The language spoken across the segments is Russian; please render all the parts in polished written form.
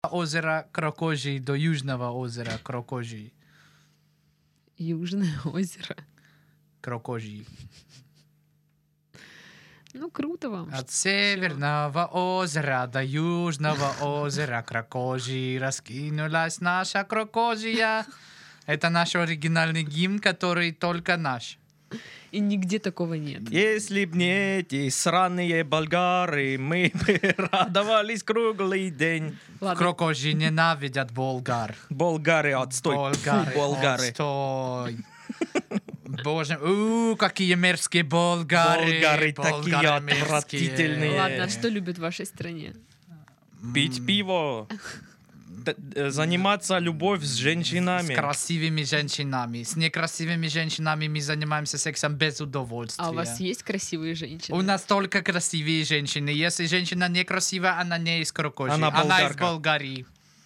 озера Крокожий до южного озера Крокожий. Южное озеро. Крокожий. Ну, круто вам. От северного озера до южного озера Крокожий раскинулась наша Крокожия. Это наш оригинальный гимн, который только наш. И нигде такого нет. Если б не эти сраные болгары, мы бы радовались круглый день. Ладно, Крокожи ненавидят болгар. Болгары, отстой. Болгары. Отстой. Боже, какие мерзкие болгары. Болгары такие мерзкие. отвратительные. ладно, что любят в вашей стране? Пить пиво. Заниматься любовь с женщинами. С красивыми женщинами. С некрасивыми женщинами мы занимаемся сексом без удовольствия. А у вас есть красивые женщины? У нас только красивые женщины. Если женщина некрасивая, она не из Крокожи. Она Она из болгарка. Болгарии.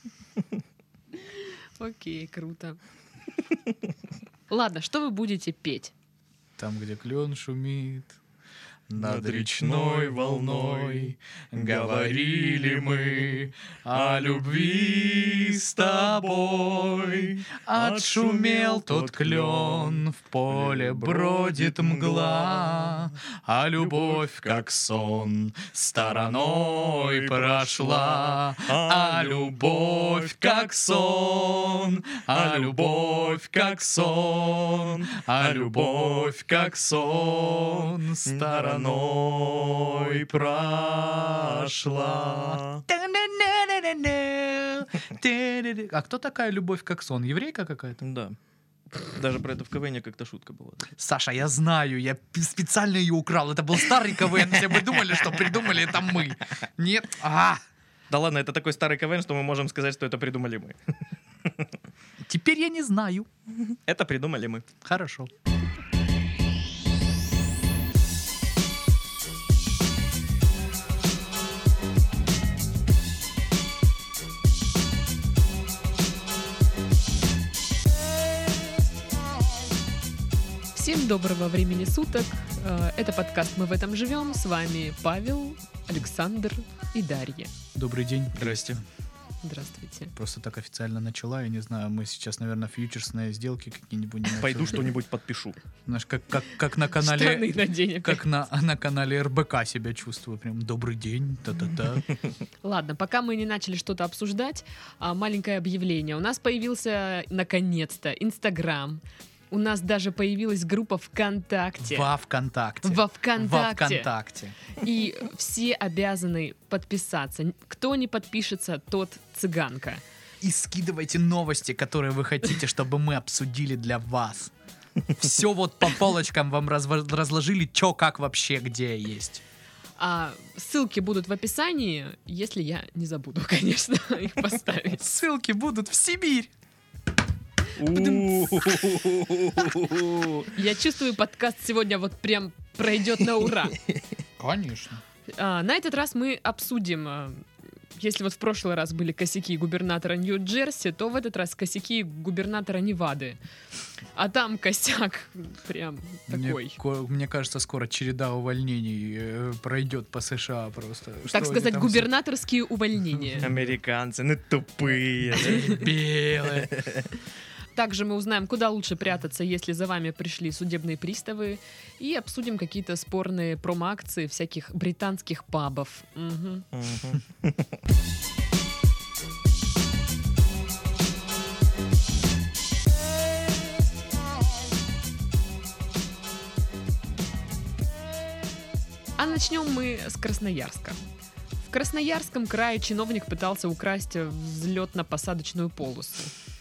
Окей, круто. Ладно, что вы будете петь? Там, где клен шумит над речной волной, говорили мы о любви с тобой. Отшумел тот клен, в поле бродит мгла, а любовь, как сон, стороной прошла. А любовь, как сон, а любовь, как сон, а любовь, как сон, стороной прошла. А кто такая любовь, как сон? Еврейка какая-то? Да. Даже про это в КВН как-то шутка была. Саша, я знаю, я специально ее украл. Это был старый КВН. Все бы думали, что придумали это мы. Нет. Да ладно, это такой старый КВН, что мы можем сказать, что это придумали мы. Теперь я не знаю. Это придумали мы. Хорошо. Всем доброго времени суток. Это подкаст «Мы в этом живем». С вами Павел, Александр и Дарья. Добрый день. Здрасте. Здравствуйте. Просто так официально начала. Я не знаю, мы сейчас, наверное, фьючерсные сделки какие-нибудь. не Пойду начали. что-нибудь подпишу. Знаешь, как на канале... Штаны надень опять. Как на канале РБК себя чувствую. Прям добрый день. Та-та-та. Ладно, пока мы не начали что-то обсуждать, маленькое объявление. У нас появился, наконец-то, Инстаграм. У нас даже появилась группа ВКонтакте. Во ВКонтакте. Во ВКонтакте. Во ВКонтакте. И все обязаны подписаться. Кто не подпишется, тот цыганка. И скидывайте новости, которые вы хотите, чтобы мы обсудили для вас. Все вот по полочкам вам разложили, что, как вообще, где есть. А ссылки будут в описании, если я не забуду, конечно, их поставить. Ссылки будут в Сибирь. Я чувствую, подкаст сегодня вот прям пройдет на ура. Конечно. На этот раз мы обсудим, если вот в прошлый раз были косяки губернатора Нью-Джерси, то в этот раз косяки губернатора Невады. А там косяк прям такой. Мне кажется, скоро череда увольнений пройдет по США просто. Так сказать, губернаторские увольнения. Американцы, ну тупые. Белые. Также мы узнаем, куда лучше прятаться, если за вами пришли судебные приставы, и обсудим какие-то спорные промо-акции всяких британских пабов. Угу. А начнем мы с Красноярска. В Красноярском крае чиновник пытался украсть взлетно-посадочную полосу.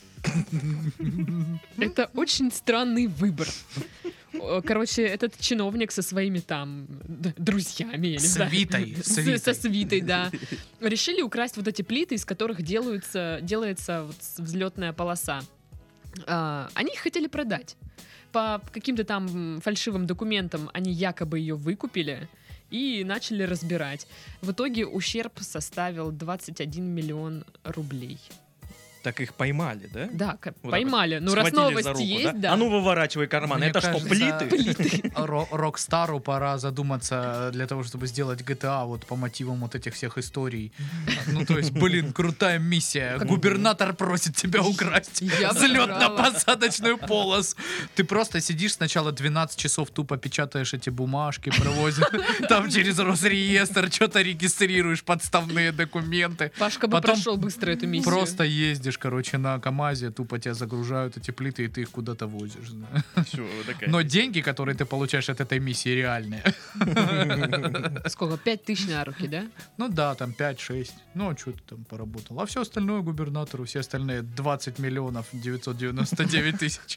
Это очень странный выбор. Короче, этот чиновник со своими там друзьями, я не знаю. Со свитой, да. Решили украсть вот эти плиты, из которых делается вот взлетная полоса. Они их хотели продать. По каким-то там фальшивым документам они якобы ее выкупили и начали разбирать. В итоге ущерб составил 21 миллион рублей. Так их поймали, да? Да, Вот поймали. Ну, раз схватили новость за руку, есть, да. А ну, выворачивай карман. Мне Это что, кажется, плиты? Рокстару пора задуматься для того, чтобы сделать GTA вот по мотивам вот этих всех историй. Ну, то есть, блин, крутая миссия. Губернатор просит тебя украсть взлетно-посадочную полосу. Ты просто сидишь сначала 12 часов, тупо печатаешь эти бумажки, провозишь, там через Росреестр что-то регистрируешь, подставные документы. Пашка бы Потом прошел быстро эту миссию. Просто ездишь, короче, на КамАЗе, тупо тебя загружают эти плиты, и ты их куда-то возишь. Да. Всё, вот такая. Но деньги, которые ты получаешь от этой миссии, реальные. Сколько? 5000 на руки, да? Ну да, там 5-6. Ну, а что ты там поработал? А все остальное губернатору, все остальные 20 миллионов 999 тысяч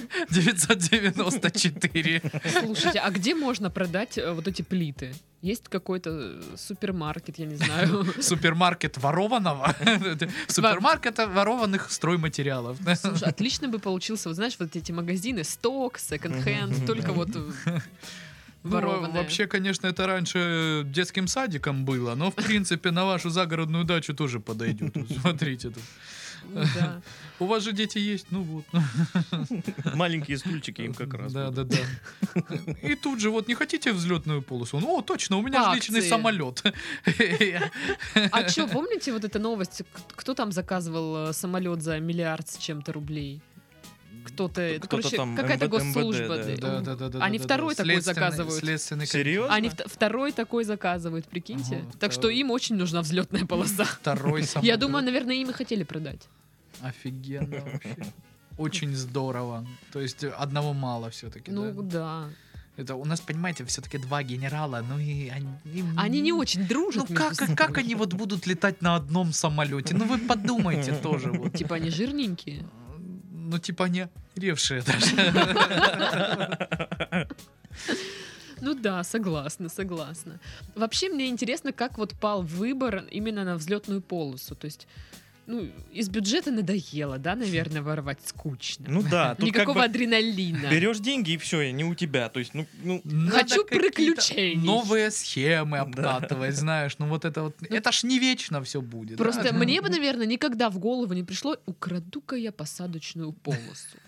994. Слушайте, а где можно продать вот эти плиты? Есть какой-то супермаркет, я не знаю. Супермаркет ворованного? Супермаркет ворованных стройматериалов. Слушай, отлично бы получился, вот знаешь, вот эти магазины, сток, секонд-хенд, только вот ворованные. Вообще, конечно, это раньше детским садиком было, но, в принципе, на вашу загородную дачу тоже подойдет. Вот смотрите тут. Да. У вас же дети есть, ну вот. Маленькие стульчики им как раз. Да. И тут же вот не хотите взлетную полосу? Ну, точно, у меня же личный самолет. А что, помните вот эта новость? Кто там заказывал самолет за миллиард с чем-то рублей? Кто-то короче, там, какая-то МВД, госслужба. Да. Они второй такой заказывают. Серьезно? Они второй такой заказывают, прикиньте. Так что им очень нужна взлетная полоса. Второй самолет. Я думаю, наверное, им и хотели продать. Офигенно вообще. Очень здорово. То есть одного мало все-таки. Ну да. Это у нас, понимаете, все-таки два генерала, ну и они не очень дружат. Ну как они вот будут летать на одном самолете? Ну вы подумайте тоже. Вот. Типа они жирненькие? Ну типа они ревшие даже. Ну да, согласна. Вообще мне интересно, как вот пал выбор именно на взлетную полосу. То есть, ну, из бюджета надоело, да, наверное, воровать скучно. Ну да. Никакого адреналина. Берешь деньги и все, не у тебя. То есть, хочу приключений. Новые схемы обкатывать, знаешь. Ну вот это вот. Это ж не вечно все будет. Просто мне бы, наверное, никогда в голову не пришло: украду-ка я посадочную полосу.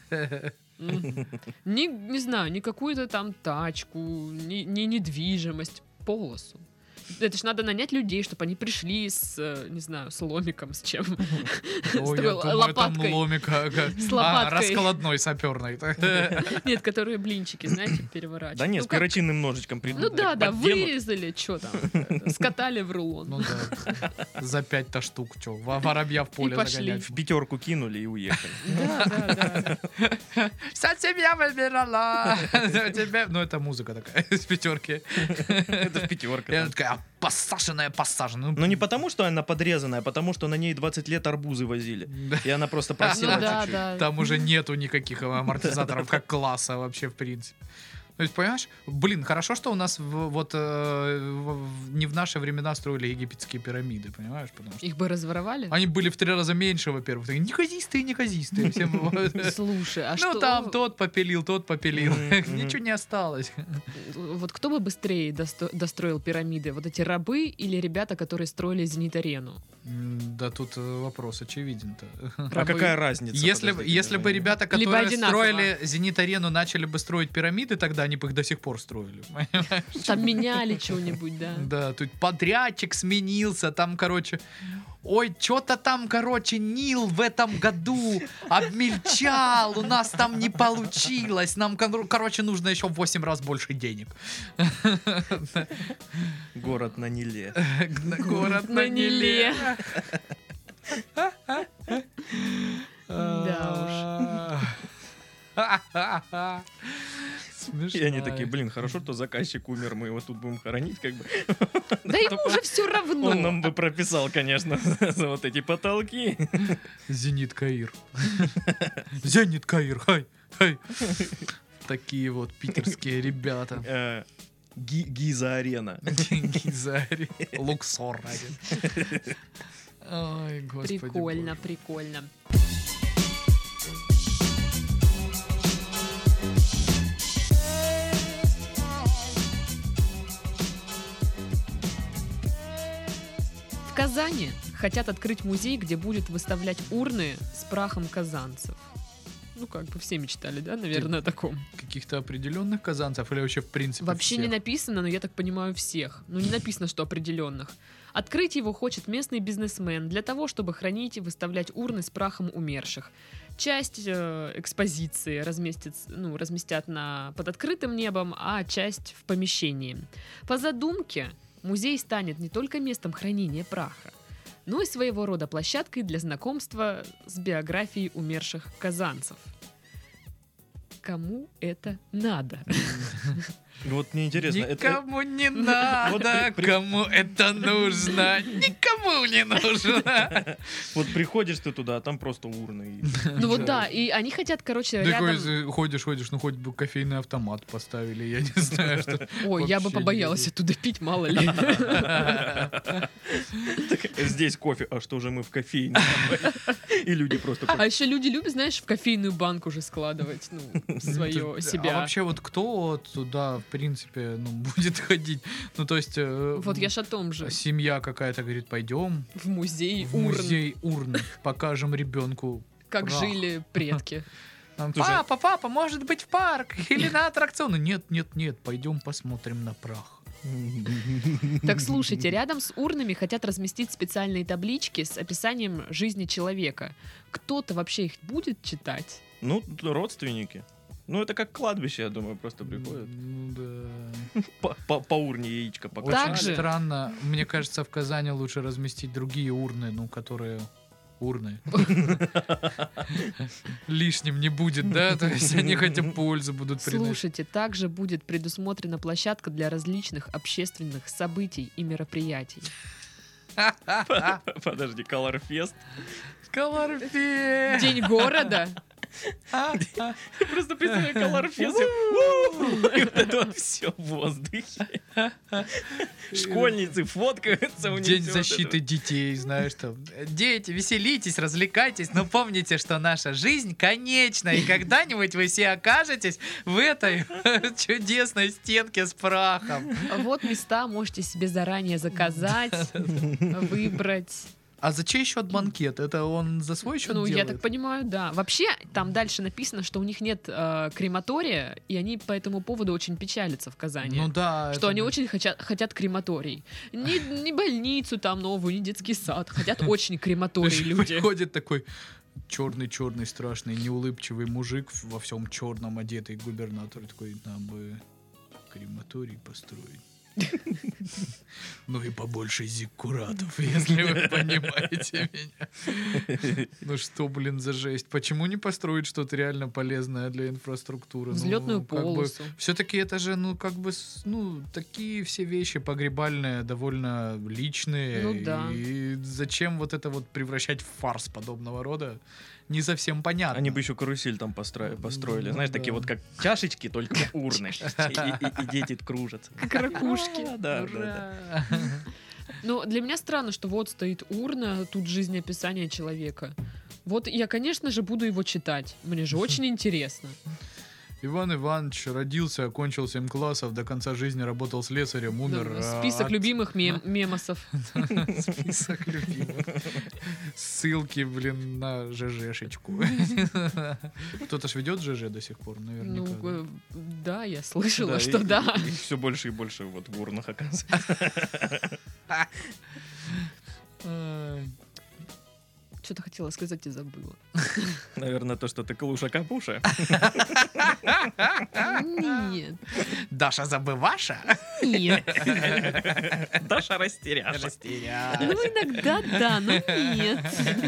Не знаю, ни какую-то там тачку, ни недвижимость, полосу. Это ж надо нанять людей, чтобы они пришли с, не знаю, с ломиком, с чем? Ой, я думаю, там ломик. С лопаткой. Раскладной, саперной. Нет, которые блинчики, знаете, переворачивают. Да нет, с перочинным ножичком придут. Ну да, вырезали, что там, скатали в рулон. Ну да, за 5-то штук, что, воробья в поле загонять. В пятерку кинули и уехали. Да. Вся семья выбирала. Ну это музыка такая из пятерки. Это в пятерка. Я такая, посаженная. Но не потому, что она подрезанная, а потому, что на ней 20 лет арбузы возили. И она просто просела чуть-чуть. Там уже нету никаких амортизаторов, как класса вообще, в принципе. То есть, понимаешь, блин, хорошо, что у нас вот не в наши времена строили египетские пирамиды, понимаешь? Потому что их бы разворовали? Они были в 3 раза меньше, во-первых. Такие неказистые. Всем бывают. Слушай, а что? Ну, там тот попилил. Ничего не осталось. Вот кто бы быстрее достроил пирамиды? Вот эти рабы или ребята, которые строили Зенит-арену? Да тут вопрос очевиден-то. А какая разница? Если бы ребята, которые строили Зенит-арену, начали бы строить пирамиды, тогда они бы их до сих пор строили. Там меняли что-нибудь, да? Да, тут подрядчик сменился, там, короче... Ой, что-то там, короче, Нил в этом году обмельчал, у нас там не получилось, нам, короче, нужно еще в 8 раз больше денег. Город на Ниле. Город на Ниле. Да уж. И они такие, блин, хорошо, что заказчик умер, мы его тут будем хоронить, как бы. Да ему уже все равно. Он нам бы прописал, конечно, за вот эти потолки. Зенит Каир. Зенит Каир, хай. Такие вот питерские ребята. Гиза-арена. Гиза-арена. Луксор. Ой, господи. Прикольно. В Казани хотят открыть музей, где будет выставлять урны с прахом казанцев. Ну, как бы все мечтали, да, наверное, о таком. Каких-то определенных казанцев или вообще в принципе Вообще всех? не написано, но я так понимаю, всех. Ну, не написано, что определенных. Открыть его хочет местный бизнесмен для того, чтобы хранить и выставлять урны с прахом умерших. Часть экспозиции разместят под открытым небом, а часть в помещении. По задумке, музей станет не только местом хранения праха, но и своего рода площадкой для знакомства с биографией умерших казанцев. Кому это надо? Вот мне интересно. Никому не надо, кому это нужно, никому не нужно. Вот приходишь ты туда, а там просто урны. Ну вот да, и они хотят, короче, рядом... Ходишь, ну хоть бы кофейный автомат поставили, я не знаю, что... Ой, я бы побоялась оттуда пить, мало ли. Здесь кофе, а что же мы в кофейне? И люди просто... А еще люди любят, знаешь, в кофейную банку уже складывать, свое себя. А вообще вот кто туда, в принципе, будет ходить? Ну, то есть... Вот я ж о том же. Семья какая-то говорит, пойдем в музей урн. В музей урн. Покажем ребенку как прах. Жили предки. Папа, может быть, в парк или на аттракционы? Нет, пойдем посмотрим на прах. Так слушайте, рядом с урнами хотят разместить специальные таблички с описанием жизни человека. Кто-то вообще их будет читать? Ну, родственники. Ну, это как кладбище, я думаю, просто приходят. Ну, да. По урне яичко поклали. Очень странно. Мне кажется, в Казани лучше разместить другие урны, которые... Урны. Лишним не будет, да? То есть они хотя бы пользу будут приносить. Слушайте, также будет предусмотрена площадка для различных общественных событий и мероприятий. Подожди, Colorfest? Colorfest! День города? Просто представляю Colorfest. И вот это вот все в воздухе. Школьницы фоткаются. День защиты детей, знаешь, там. Дети, веселитесь, развлекайтесь, но помните, что наша жизнь конечна, и когда-нибудь вы все окажетесь в этой чудесной стенке с прахом. Вот места можете себе заранее заказать, выбрать. А за чей счет банкет? Это он за свой счет делает? Я так понимаю, да. Вообще, там дальше написано, что у них нет крематория, и они по этому поводу очень печалятся в Казани. Ну да. Что они очень хотят крематорий. Не больницу там новую, не детский сад. Хотят очень крематорий люди. Приходит такой черный страшный, неулыбчивый мужик во всем черном одетый губернатор. Такой, нам бы крематорий построить. Ну и побольше зиккуратов, если вы понимаете меня. Ну что, за жесть? Почему не построить что-то реально полезное для инфраструктуры? Взлетную полосу. Все-таки это же, такие все вещи погребальные, довольно личные. Ну да. И зачем вот это вот превращать в фарс подобного рода? Не совсем понятно. Они бы еще карусель там построили. Знаешь, такие вот как чашечки, только урны. И дети кружатся. Как ракушки. Да. Ну, для меня странно, что вот стоит урна, тут жизнеописание человека. Вот я, конечно же, буду его читать. Мне же очень интересно. Иван Иванович родился, окончил 7 классов, до конца жизни работал слесарем, умер. Список любимых мемосов. Список любимых. Ссылки, на ЖЖшечку. Кто-то ж ведет ЖЖ до сих пор, наверняка. Ну, да, я слышала, что да. И все больше и больше вот в урнах оказывается. Что-то хотела сказать и забыла. Наверное, то, что ты клуша-капуша. Нет. Даша забываша? Нет. Даша растеряша. Ну, иногда да, но нет.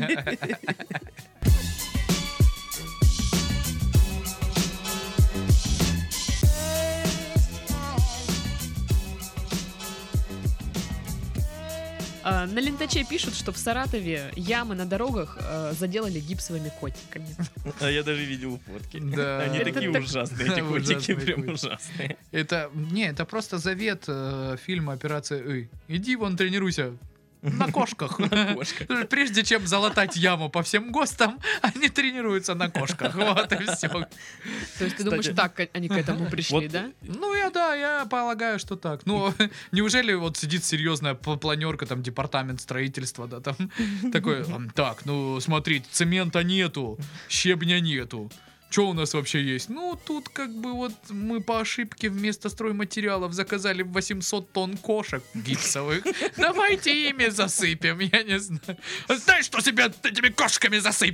На Лентаче пишут, что в Саратове ямы на дорогах заделали гипсовыми котиками. А я даже видел фотки. Да. Они такие ужасные, эти котики, прям ужасные. Это просто завет фильма «Операция Ы». Иди вон тренируйся. На кошках. Прежде чем залатать яму по всем ГОСТам, они тренируются на кошках. Вот и все. То есть ты думаешь, так они к этому пришли, да? Ну, я полагаю, что так. Ну, неужели вот сидит серьезная планерка, там, департамент строительства, да, там, такой, так, ну, смотри, цемента нету, щебня нету. Что у нас вообще есть? Ну, тут как бы вот мы по ошибке вместо стройматериалов заказали 800 тонн кошек гипсовых. Давайте ими засыпем, я не знаю. Знаешь, что себе этими кошками засыпь?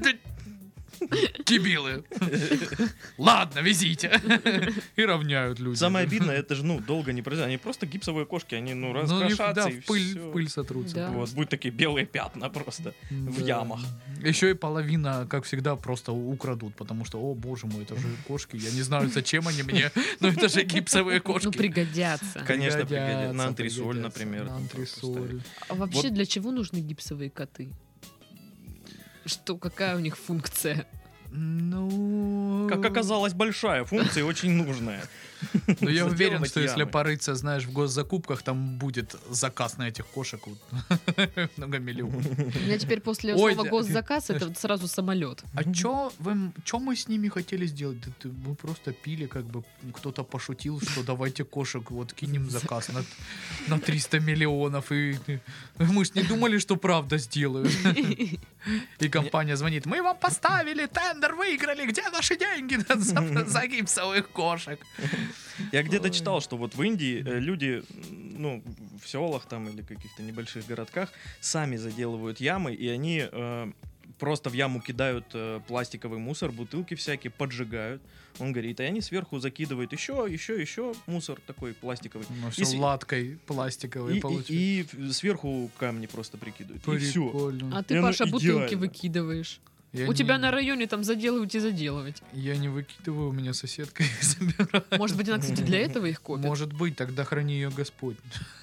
Дебилы. Ладно, везите. И равняют люди. Самое обидное, это же, долго не произойдет. Они просто гипсовые кошки, они, раскрошатся и в пыль сотрутся. Да. Вот, будут такие белые пятна просто в ямах. Еще и половина, как всегда, просто украдут, потому что, о боже мой, это же кошки. Я не знаю, зачем они мне, но это же гипсовые кошки. Ну, пригодятся. Конечно, пригодятся. На антресоль, например. На антресоль. А вообще, для чего нужны гипсовые коты? Какая у них функция? Ну... Как оказалось, большая функция и очень нужная. Но я уверен, что если порыться, знаешь, в госзакупках, там будет заказ на этих кошек много миллионов. У меня теперь после слова госзаказ это вот сразу самолет. А чё мы с ними хотели сделать? Мы просто пили, как бы кто-то пошутил, что давайте кошек, вот кинем заказ на 300 миллионов. И мы ж не думали, что правда сделают. И компания звонит: мы вам поставили тендер, выиграли, где наши деньги за гипсовых кошек? Я где-то читал, что вот в Индии люди, в селах там или каких-то небольших городках сами заделывают ямы, и они просто в яму кидают пластиковый мусор, бутылки всякие, поджигают, он горит, и они сверху закидывают еще мусор такой пластиковый. Ну, все латкой пластиковой получается. И сверху камни просто прикидывают. И все. А ты, Паша, бутылки выкидываешь. У тебя на районе там заделывать и заделывать. Я не выкидываю, у меня соседка их забирает. Может быть, она, кстати, для этого их копит? Может быть, тогда храни ее Господь.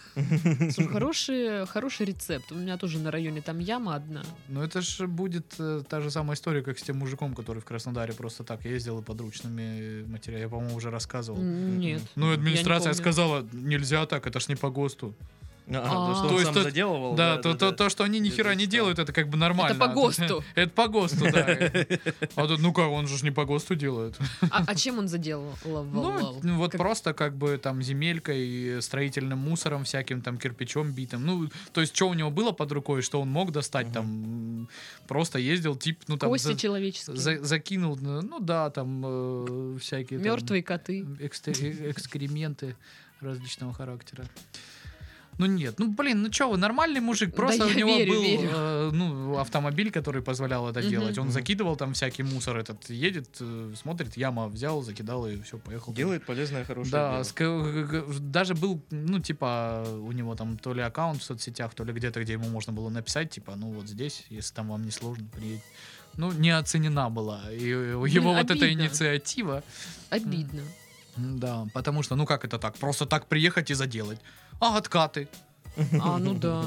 Хороший рецепт. У меня тоже на районе там яма одна. Ну это же будет та же самая история, как с тем мужиком, который в Краснодаре просто так ездил и подручными материалами. Я, по-моему, уже рассказывал. Нет. Ну, администрация сказала, нельзя так, это ж не по ГОСТу. Что он сам заделывал. Да, то, что они ни хера не делают, это как бы нормально. Это по ГОСТу. Это по ГОСТу, да. А тут, он же не по ГОСТу делает. А чем он заделывал? Ну, вот просто как бы там земелькой, строительным мусором всяким, там кирпичом битым. Ну, то есть, что у него было под рукой, что он мог достать, там, просто ездил, там... Кости человеческие. Закинул, там всякие... Мертвые коты. Экскременты различного характера. Ну нет, вы, нормальный мужик, просто у него был автомобиль, который позволял это делать. Он закидывал там всякий мусор этот, едет, смотрит, яма взял, закидал и все, поехал. Делает полезное, хорошее дело. Даже был, у него там то ли аккаунт в соцсетях, то ли где-то, где ему можно было написать, вот здесь, если там вам не сложно, приедь. Не оценена была его вот эта инициатива. Обидно. Да, потому что, как это так? Просто так приехать и заделать. А откаты? Ну да.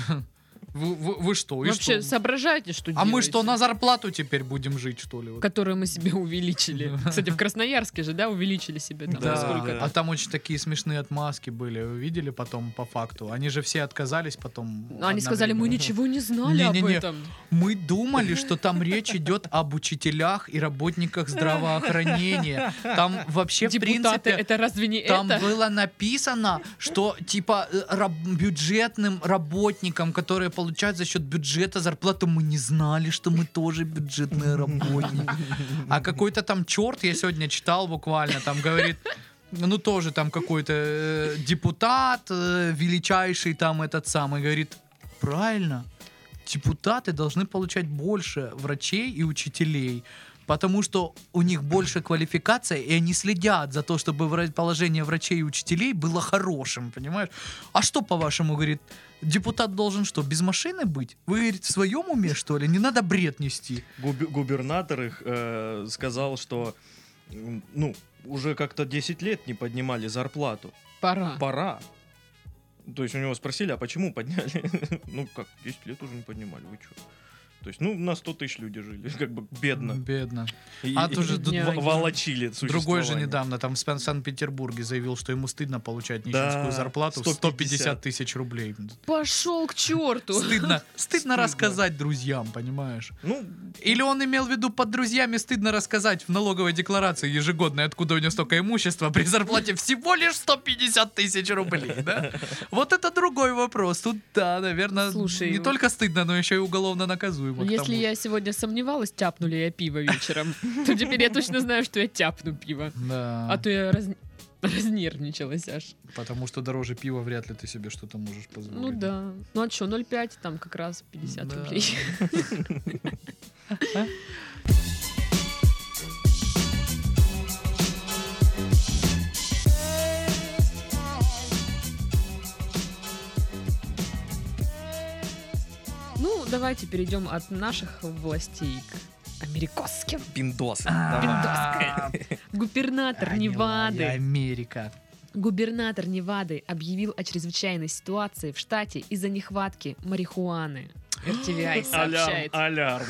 Вы что? Вообще соображаете, что делаете? А мы что, на зарплату теперь будем жить, что ли? Которую мы себе увеличили. Кстати, в Красноярске же, увеличили себе там. Да, а там очень такие смешные отмазки были. Вы видели потом по факту? Они же все отказались потом. Они сказали, мы ничего не знали об этом. Мы думали, что там речь идет об учителях и работниках здравоохранения. Там вообще, в принципе... это разве не там это? Там было написано, что типа бюджетным работникам, которые получают за счет бюджета зарплату, мы не знали, что мы тоже бюджетные работники. А какой-то там черт, я сегодня читал буквально, там говорит, тоже там какой-то депутат, величайший там этот самый, говорит, правильно, депутаты должны получать больше врачей и учителей, потому что у них больше квалификация, и они следят за то, чтобы положение врачей и учителей было хорошим, понимаешь? А что, по-вашему, говорит, депутат должен что, без машины быть? Вы, говорит, в своем уме, что ли? Не надо бред нести. Губернатор их сказал, что уже как-то 10 лет не поднимали зарплату. Пора. То есть у него спросили, а почему подняли? 10 лет уже не поднимали, вы что? То есть, ну, на 100 тысяч люди жили, как бы бедно. Бедно. А тоже волочили другой же недавно там в Санкт-Петербурге заявил, что ему стыдно получать нищенскую зарплату в 150 тысяч рублей. Пошел к черту. Стыдно рассказать друзьям, понимаешь? Ну, или он имел в виду под друзьями стыдно рассказать в налоговой декларации ежегодной, откуда у него столько имущества при зарплате всего лишь 150 тысяч рублей, да? Вот это другой вопрос. Тут, да, наверное, слушай, не только стыдно, но еще и уголовно наказуемо. Если я сегодня сомневалась, тяпну ли я пиво вечером, то теперь я точно знаю, что я тяпну пиво. Да. А то я разнервничалась аж. Потому что дороже пива вряд ли ты себе что-то можешь позволить. Ну да. Ну а что, 0,5 там как раз 50 рублей. Ну, давайте перейдем от наших властей к америкосским. Пиндосы. Губернатор Невады. Америка. Губернатор Невады объявил о чрезвычайной ситуации в штате из-за нехватки марихуаны. RTVI сообщает. Алярм.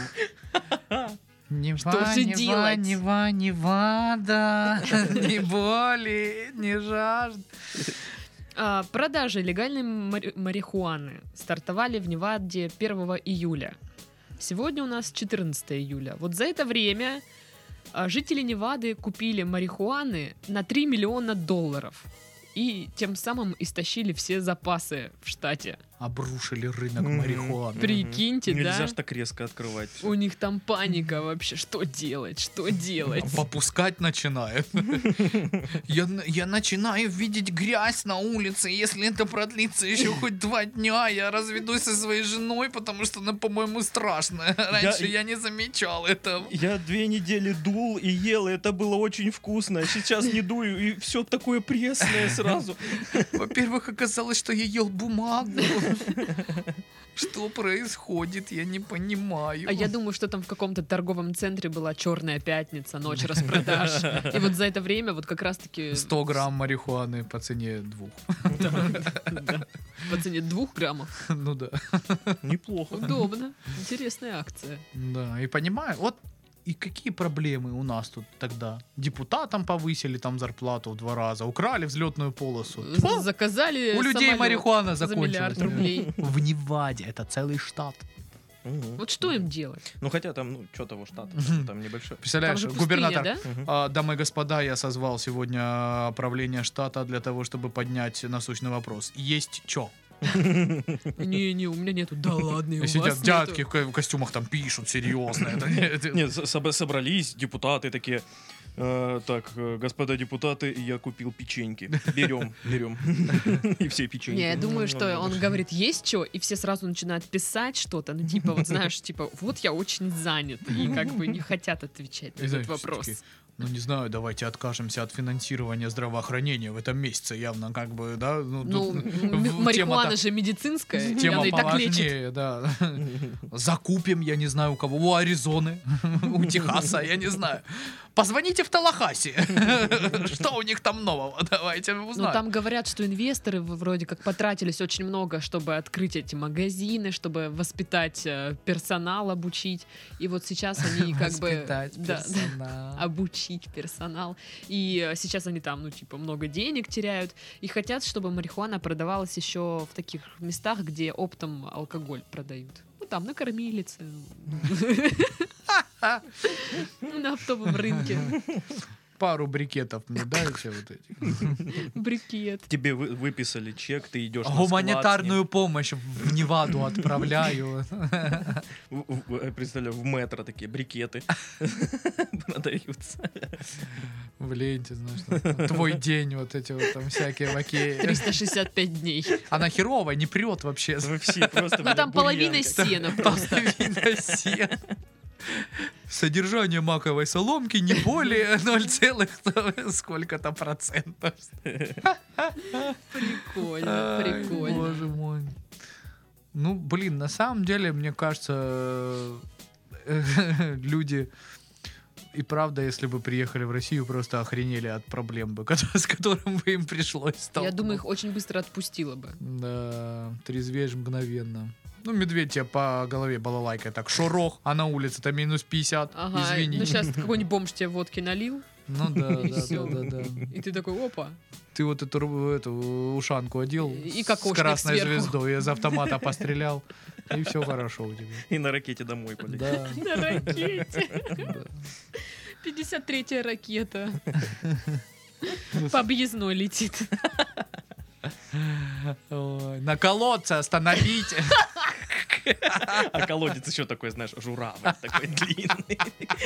Что же делать? Невада, ни боли, ни жажд. Продажи легальной марихуаны стартовали в Неваде 1 июля. Сегодня у нас 14 июля. Вот за это время жители Невады купили марихуаны на $3 миллиона и тем самым истощили все запасы в штате. Обрушили рынок марихуаны. Прикиньте, да? Нельзя ж так резко открывать. У них там паника вообще. Что делать? Попускать начинает. Я начинаю видеть грязь на улице. Если это продлится еще хоть 2 дня, я разведусь со своей женой, потому что она, по-моему, страшная. Раньше я не замечал этого. Я 2 недели дул и ел, и это было очень вкусно. Сейчас не дую, и все такое пресное сразу. Во-первых, оказалось, что я ел бумагу. Что происходит, я не понимаю. А я думаю, что там в каком-то торговом центре была черная пятница, ночь распродаж. И вот за это время вот как раз-таки... 100 грамм марихуаны по цене 2. По цене 2 граммов. Ну да. Неплохо. Удобно. Интересная акция. Да, и понимаю, вот и какие проблемы у нас тут тогда? Депутатам повысили там зарплату в 2 раза, украли взлетную полосу. Заказали у людей марихуана за закончилась. $1 миллиард рублей. В Неваде, это целый штат. Вот что им делать? Ну хотя там, ну, что того штата, там небольшой. Представляешь, Там же губернатор, пустыня, да? дамы и господа, я созвал сегодня правление штата для того, чтобы поднять насущный вопрос. Есть чё? Не, у меня нету. Да ладно, у вас сидят нету. дядки в костюмах, там пишут серьезно. Нет, собрались депутаты такие. Так, господа депутаты, я купил печеньки. Берем. И все печеньки. Не, я думаю, что он говорит, есть что, и все сразу начинают писать что-то, ну, типа, вот знаешь, типа, вот я очень занят, и как бы не хотят отвечать на этот вопрос. Ну, не знаю, давайте откажемся от финансирования здравоохранения в этом месяце, явно, как бы, да? Ну, марихуана же медицинская, и тема она и так лечит. поважнее, да. Закупим, я не знаю, у кого, у Аризоны, у Техаса, я не знаю. Позвоните в Талахаси. Что у них там нового? Давайте узнаем. Ну, там говорят, что инвесторы вроде как потратились очень много, чтобы открыть эти магазины, чтобы воспитать персонал, обучить. И вот сейчас они как бы... Обучить персонал. И сейчас они там, ну, типа, много денег теряют. И хотят, чтобы марихуана продавалась еще в таких местах, где оптом алкоголь продают. Ну, там, на кормилице. На оптовом рынке. Пару брикетов мне дайте вот этих. Брикет. Тебе выписали чек, ты идешь на гуманитарную помощь в Неваду отправляю. Представляю, в метро такие брикеты продаются. В ленте, знаешь, твой день, вот эти вот там всякие лакеи. 365 дней. Она херовая, не прет вообще. Ну там половина сена просто. Половина сена. Содержание маковой соломки не более 0, сколько-то процентов. Прикольно. Боже мой. Ну, блин, на самом деле, мне кажется, люди и правда, если бы приехали в Россию, просто охренели от проблем, с которым бы им пришлось столкнуться. Я думаю, их очень быстро отпустило бы. Да, трезвеешь мгновенно. Ну, медведь тебе по голове балалайкой так шорох, а на улице-то минус 50. Ага, извини. ну сейчас какой-нибудь бомж тебе водки налил. Ну да, И да, всё. да. И ты такой, опа. Ты вот эту ушанку одел И с кокошник красной сверху. звездой, из автомата пострелял, и все хорошо у тебя. И на ракете домой полетел. Да. На ракете. Да. 53-я ракета. По объездной летит. Ой, на колодце остановите. А колодец еще такой, знаешь, журавль такой длинный.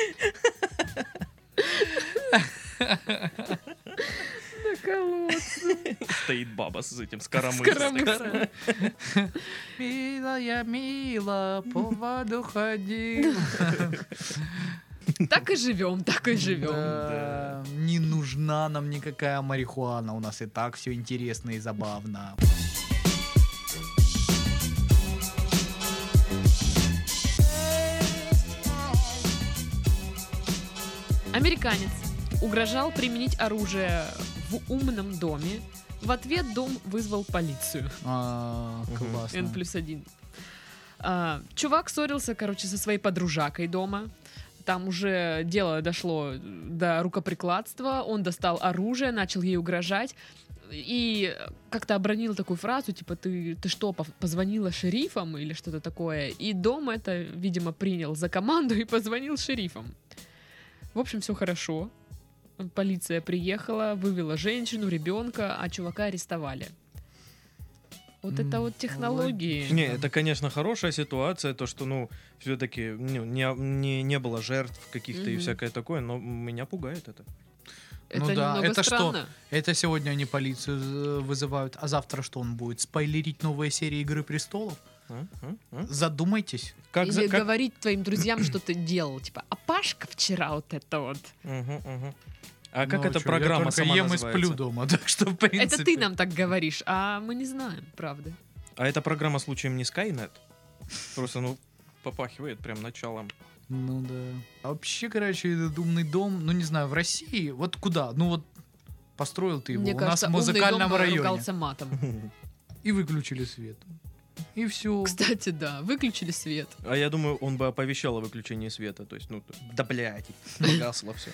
На колодце. Стоит баба с этим, с коромыслом. Милая, мила, по воду ходил. Так и живем, так и живем. Да, не нужна нам никакая марихуана, у нас и так все интересно и забавно. Американец угрожал применить оружие в умном доме. В ответ дом вызвал полицию. Классно. N+1. Чувак ссорился, со своей подружакой дома. Там уже дело дошло до рукоприкладства. Он достал оружие, начал ей угрожать. И как-то обронил такую фразу, типа, ты что, позвонила шерифам или что-то такое? И дом это, видимо, принял за команду и позвонил шерифам. В общем, все хорошо. Полиция приехала, вывела женщину, ребенка, а чувака арестовали. Вот это вот технологии. Не, это, конечно, хорошая ситуация, то, что, все-таки не было жертв каких-то и всякое такое, но меня пугает это. Это Ну да, немного это странно. что? Это сегодня они полицию вызывают, а завтра что он будет? Спойлерить новые серии «Игры престолов»? Задумайтесь. Или говорить твоим друзьям, что ты делал. Типа, а Пашка вчера вот это вот. А как Ну, эта чё, программа я только сама ем и называется? сплю дома, так что, в принципе... Это ты нам так говоришь, а мы не знаем, правда. А эта программа случаем не Skynet? Просто, попахивает прям началом. Ну да. А вообще, этот умный дом, не знаю, в России, вот куда? Построил ты его Мне у кажется, нас в умный музыкальном дом районе. ругался матом. И выключили свет. И все. Кстати, да, выключили свет. А я думаю, он бы оповещал о выключении света. То есть, да блядь, погасло все.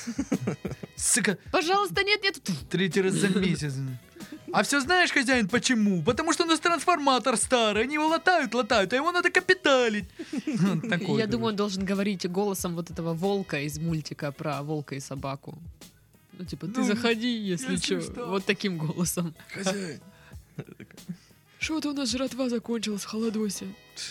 Сука, Пожалуйста, нет. 3 раз за месяц. А все знаешь, хозяин, почему? Потому что у нас трансформатор старый, они его латают, а его надо капиталить. Я думаю, он должен говорить голосом вот этого волка из мультика про волка и собаку. Ты заходи, если что. Вот таким голосом. Хозяин. Что-то у нас жратва закончилась в холодосе.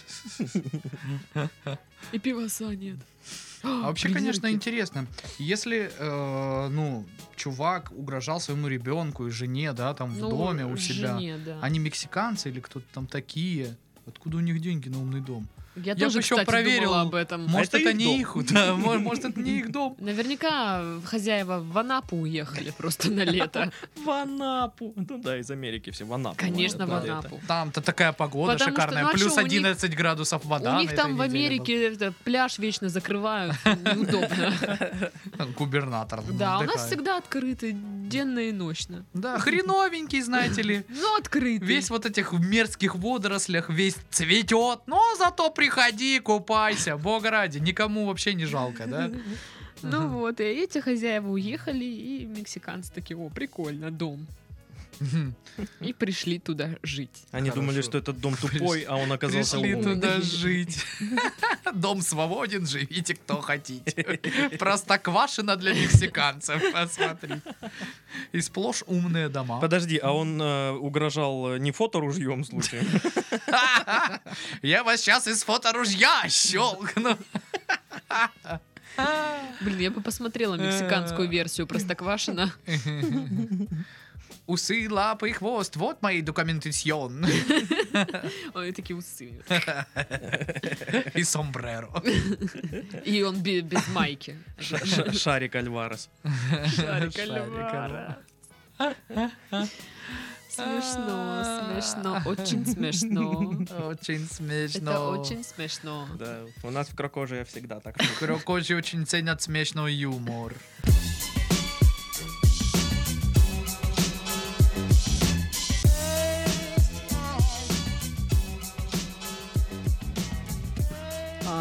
И пивоса нет. А вообще, конечно, интересно. Если, чувак угрожал своему ребенку и жене, да, там в доме у себя. Жене, да. Они мексиканцы или кто-то там такие? Откуда у них деньги на умный дом? Я бы тоже, еще кстати, проверил, думала об этом. Может, это это их не дом. их, да, может, это не их дом. Наверняка хозяева в Анапу уехали просто на лето. В Анапу. Ну да, из Америки все в Анапу. Конечно, в Да, это. Анапу. Там-то такая погода Потому что, шикарная, а плюс чё, у них- 11 градусов вода. У на них этой там в неделе Америке пляж вечно закрывают. Неудобно. был. Губернатор. Да, у нас отдыхает. всегда открыты денно и ночно. Да, хреновенький, знаете ли. Ну, открыты. Весь вот этих мерзких водорослях, весь цветет. Но зато приходи, купайся, бога ради. Никому вообще не жалко, да? Ну вот, и эти хозяева уехали, и мексиканцы такие, о, прикольно, дом. И пришли туда жить. Они Хорошо. думали, что этот дом тупой, а он оказался Пришли умный. туда жить. Дом свободен, живите кто хотите. Простоквашино для мексиканцев, посмотри. И сплошь умные дома. Подожди, а он угрожал не фоторужьем случаем? Я вас сейчас из фоторужья щелкну. Блин, я бы посмотрела мексиканскую версию Простоквашино. Усы, лапы и хвост, вот мои документацион. Ой, такие усы. И сомбреро. И он без майки. Шарик Альварес. Шарик Альварес. Смешно, очень смешно. Очень смешно. Это очень смешно. Да, у нас в Крокоже всегда так. Крокожи очень ценят смешной юмор.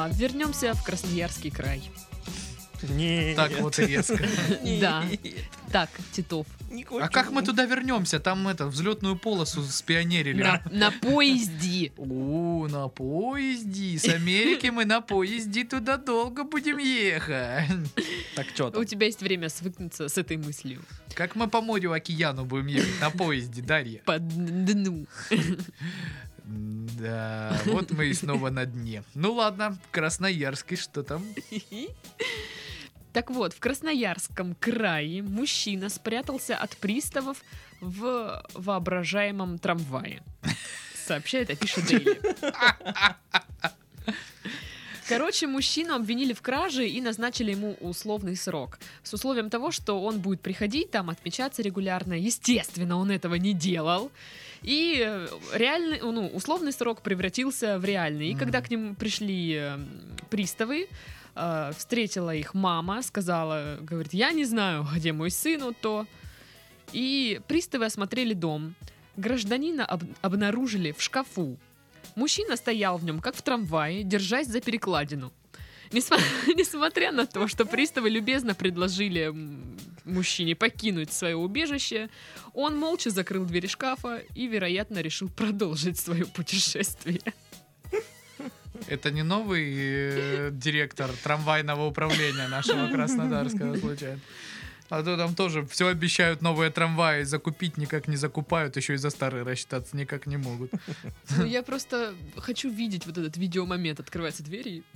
Вернемся в Красноярский край. Нет. Так вот резко. Да. Так, Титов. А как мы туда вернемся? Там взлетную полосу спионерили. На поезде. На поезде. С Америки мы на поезде туда долго будем ехать. Так что У там? тебя есть время свыкнуться с этой мыслью. Как мы по морю, океану будем ехать на поезде, Дарья? По дну. Да, вот мы и снова на дне. Ну ладно, Красноярский, что там? Так вот, в Красноярском крае мужчина спрятался от приставов в воображаемом трамвае. Сообщает Афиша Дейли. Короче, мужчину обвинили в краже и назначили ему условный срок. С условием того, что он будет приходить там, отмечаться регулярно. Естественно, он этого не делал. И реальный, условный срок превратился в реальный. И когда к ним пришли приставы, встретила их мама, сказала, говорит, я не знаю, где мой сын, вот то. И приставы осмотрели дом. Гражданина обнаружили в шкафу. Мужчина стоял в нем, как в трамвае, держась за перекладину. Несмотря на то, что приставы любезно предложили мужчине покинуть свое убежище, он молча закрыл двери шкафа и, вероятно, решил продолжить свое путешествие. Это не новый директор трамвайного управления нашего Краснодарского, случайно? А то там тоже все обещают новые трамваи, закупить никак не закупают, еще и за старые рассчитаться никак не могут. Ну, я просто хочу видеть вот этот видеомомент. Открывается дверь и...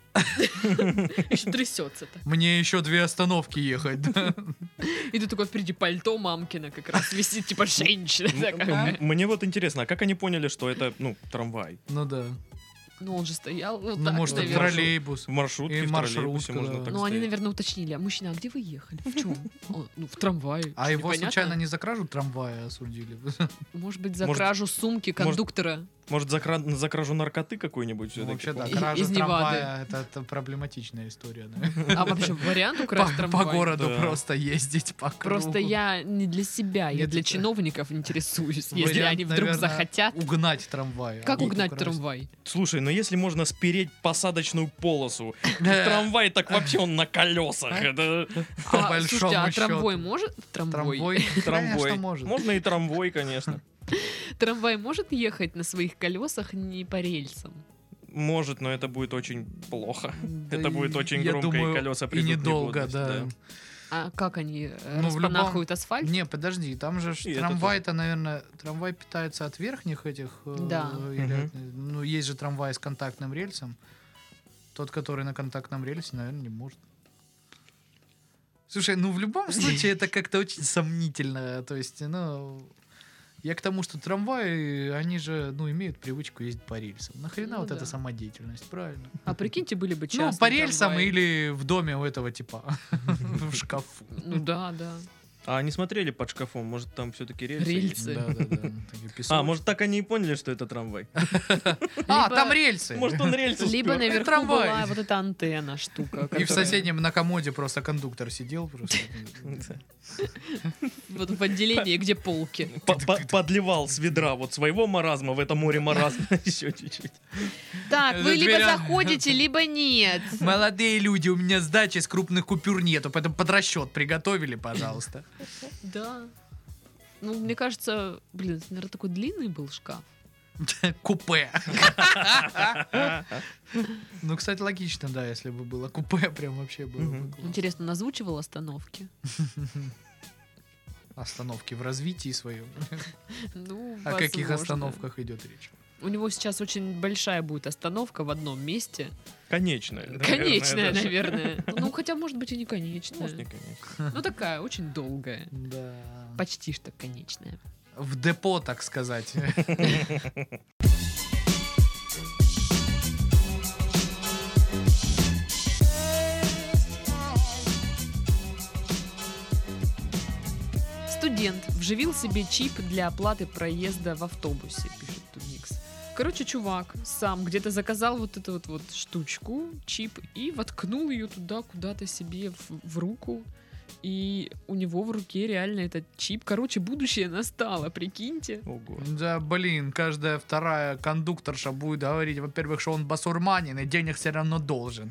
Еще трясется-то. Мне еще 2 остановки ехать, да? И тут такой впереди пальто мамкина как раз висит, типа женщина такая. Мне вот интересно, а как они поняли, что это, трамвай? Ну да. Ну, он же стоял вот Ну, так, может, это наверное. троллейбус. В маршрутке, И в троллейбусе маршрутка, можно да. так Ну, они, стоять. наверное, уточнили. А мужчина, а где вы ехали? В чем? В трамвае. А Что, его непонятно? случайно не за кражу трамвая осудили? Может быть, за Может- кражу сумки кондуктора. Может, за кражу наркоты какой-нибудь Ну, все-таки? вообще, да, Из кража Невады. трамвая это проблематичная история. Да? А вообще вариант украсть По трамвай? городу Да. просто ездить по кругу. Просто я не для себя, я Нет, для это- чиновников интересуюсь. Если Вариант, они вдруг наверное, захотят. угнать трамвай. Как а угнать украсть. трамвай? Слушай, но если можно спереть посадочную полосу, Да. трамвай так вообще он на колесах. Это По большому Слушайте, а счету. трамвай может? Трамвай, трамвай. конечно, может. Можно и трамвай, конечно. Трамвай может ехать на своих колесах не по рельсам? Может, но это будет очень плохо. Да Это и, будет очень я громко, думаю, и колеса и придут в недолго, негодность, да. А как они Ну, в любом- распанахивают асфальт? Не, подожди, там же И это трамвай-то, наверное, трамвай питается от верхних этих. Да. Ну, есть же трамвай с контактным рельсом. Тот, который на контактном рельсе, наверное, не может. Слушай, ну в любом случае это как-то очень сомнительно. То есть, я к тому, что трамваи, они же, имеют привычку ездить по рельсам. Нахрена Ну вот да. эта самодеятельность, правильно? А прикиньте, были бы частные Ну, по рельсам трамваи. или в доме у этого типа в шкафу. Ну да. А они смотрели под шкафом, может там все-таки рельсы? Рельсы. Да. А, может так они и поняли, что это трамвай? А, Либо- там рельсы! Может он рельсы Либо спер? наверху трамвай. была вот эта антенна штука. И в которая- соседнем на комоде просто кондуктор сидел. Просто. Вот в отделении, где полки. Подливал с ведра вот своего маразма в это море маразма еще чуть-чуть. Так, вы либо Дверя- заходите, либо нет. Молодые люди, у меня сдачи с крупных купюр нету, поэтому под расчет приготовили, пожалуйста. Да. Ну, мне кажется, блин, это, наверное, такой длинный был шкаф. Купе. Ну, кстати, логично, да, если бы было купе, прям вообще было бы классно. Интересно, назвучивал остановки? Остановки в развитии своем. Ну, О каких возможно. остановках идет речь? У него сейчас очень большая будет остановка в одном месте. Конечная. Конечная, даже. наверное. Ну, хотя, может быть, и не конечная. Может, не конечная. Ну, такая, очень долгая. Да. Почти что конечная. В депо, так сказать. Студент вживил себе чип для оплаты проезда в автобусе, пишет Тунникс. Короче, чувак сам где-то заказал вот эту вот штучку, чип, и воткнул ее туда куда-то себе в руку. И у него в руке реально этот чип. Короче, будущее настало, прикиньте. Ого. Да, блин, каждая вторая кондукторша будет говорить, во-первых, что он басурманин и денег все равно должен.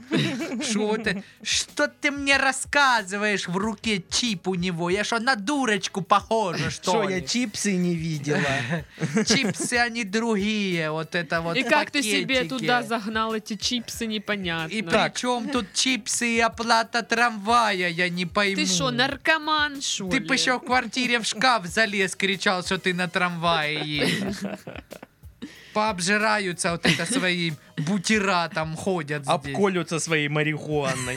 Что ты мне рассказываешь, в руке чип у него? Я что, на дурочку похожа, что ли? Я чипсы не видела? Чипсы, они другие, вот это вот И как ты себе пакетики. туда загнал эти чипсы, непонятно. И при чем тут чипсы и оплата трамвая, я не пойму. Ты что, наркоман, что Ты ли? бы еще в квартире в шкаф залез, кричал, что ты на трамвае едешь. Пообжираются вот это свои бутера там ходят здесь. Обколются своей марихуаной.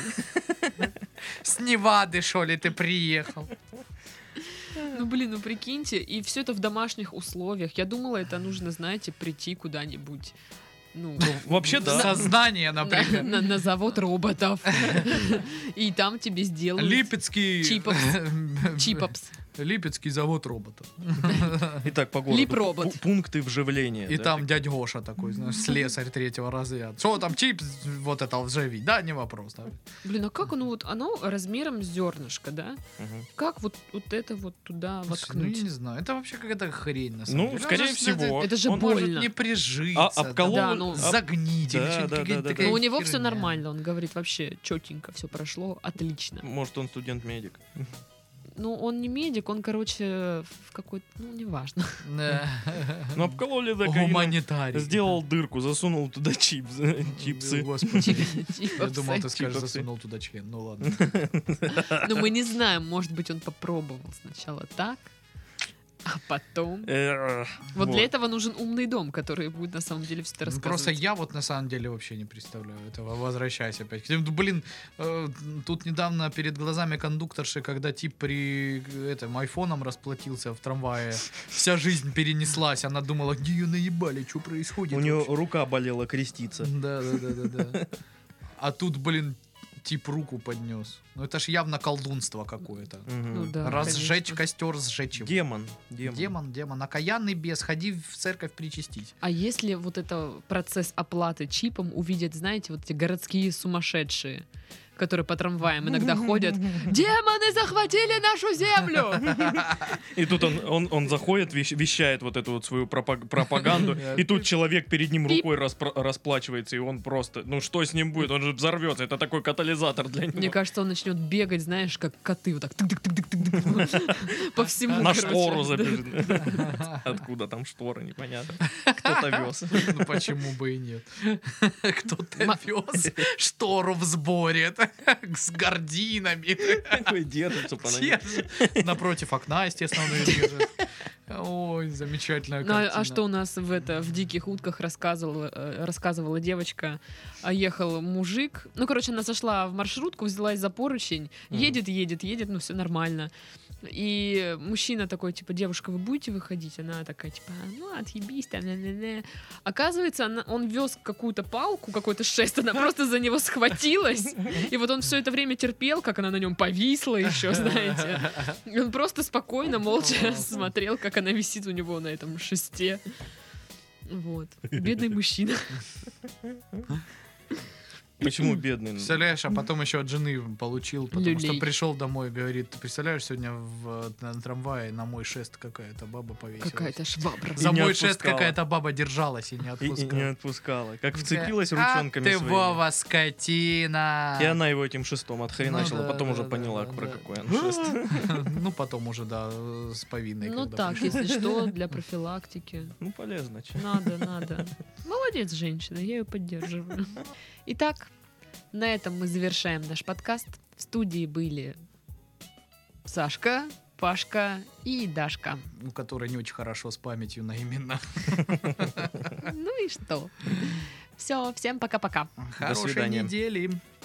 С Невады, что ли, ты приехал? Ну, блин, ну прикиньте, и все это в домашних условиях. Я думала, это нужно, знаете, прийти куда-нибудь. Ну, Вообще, да. Сознание, например. на завод роботов. И там тебе сделают Липецкий... чипопс. Липецкий завод роботов. Итак, по городу. Лип-робот. Пункты вживления. И да, там дядь Гоша такой, знаешь, слесарь третьего разряда. Что там, чип вот это вживить? Да, не вопрос. Да. Блин, а как оно размером с зернышко, да? Мгм. Как вот это вот туда Ну, воткнуть? я не знаю, это вообще какая-то хрень, на самом Ну, деле. скорее Она же, всего. это же он больно. может не прижиться, обколол- Да, ну, загнить или Да, что-нибудь, да, какая-то да, да. такая Но у него все херня. нормально, он говорит, вообще четенько все прошло, отлично. Может, он студент-медик. Ну, он не медик, он, короче, в какой-то, ну, неважно. Да. Ну, обкололи докаином, Гуманитарий. сделал дырку, засунул туда чипсы. Господи. Я Чипопсы. думал, ты скажешь, Чипопсы. засунул туда член. Ну ладно. Но мы не знаем, может быть, он попробовал сначала так, а потом... Вот для этого нужен умный дом, который будет на самом деле все это Ну, рассказывать. просто я вот на самом деле вообще не представляю этого. Возвращайся опять. Блин, тут недавно перед глазами кондукторши, когда тип при этом айфоном расплатился в трамвае, вся жизнь перенеслась. Она думала, где ее наебали, что происходит У нее вообще? рука болела креститься. Да. А тут, блин, тип руку поднес. Ну это ж явно колдунство какое-то. Мгм. Ну да, Разжечь конечно. костер, сжечь его. Демон. Демон. Окаянный бес, ходи в церковь причастить. А если вот это процесс оплаты чипом увидят, знаете, вот эти городские сумасшедшие, которые по трамваям иногда ходят, демоны захватили нашу землю! И тут он заходит, вещает вот эту вот свою пропаганду, и тут человек перед ним рукой расплачивается, и он просто, ну что с ним будет? Он же взорвется, это такой катализатор для него. Мне кажется, он начнет бегать, знаешь, как коты, вот так тык-тык-тык-тык-тык по всему. На короче. штору забежит. Откуда там шторы, непонятно. Кто-то вез. Ну почему бы и нет? Кто-то вез штору в сборе с гординами. Такой держится по ноге. Держит. Напротив окна, естественно, он ее держит. Ой, замечательная Ну, картина. а что у нас в «Диких утках» рассказывала девочка, ехал мужик, ну, короче, она зашла в маршрутку, взялась за поручень, едет, ну, все нормально. И мужчина такой, типа, девушка, вы будете выходить? Она такая, типа, ну, отъебись там, не-не-не. Оказывается, он вез какую-то палку, какой-то шест, она просто за него схватилась. И вот он все это время терпел, как она на нем повисла еще, знаете. И он просто спокойно, молча смотрел, как она висит у него на этом шесте. Вот. Бедный мужчина. Почему бедный? Представляешь, а потом еще от жены получил, потому что Люлей. пришел домой, говорит, ты представляешь, сегодня на трамвае на мой шест какая-то баба повесилась. Какая-то швабра. За И не мой шест отпускала. какая-то баба держалась и не И отпускала. не отпускала. Как вцепилась ручонками ты, своими. Вова, скотина! И она его этим шестом отхреначила, Ну да, потом да, уже да, поняла, да, про да. какой он шест. Ну, потом уже, да, с повинной. Ну когда так, пришел. если что, для профилактики. Ну, полезно. чё. Надо. Молодец, женщина, я ее поддерживаю. Итак, на этом мы завершаем наш подкаст. В студии были Сашка, Пашка и Дашка. У которой не очень хорошо с памятью на имена. Ну и что? Все, всем пока-пока. Хорошей свидания. недели.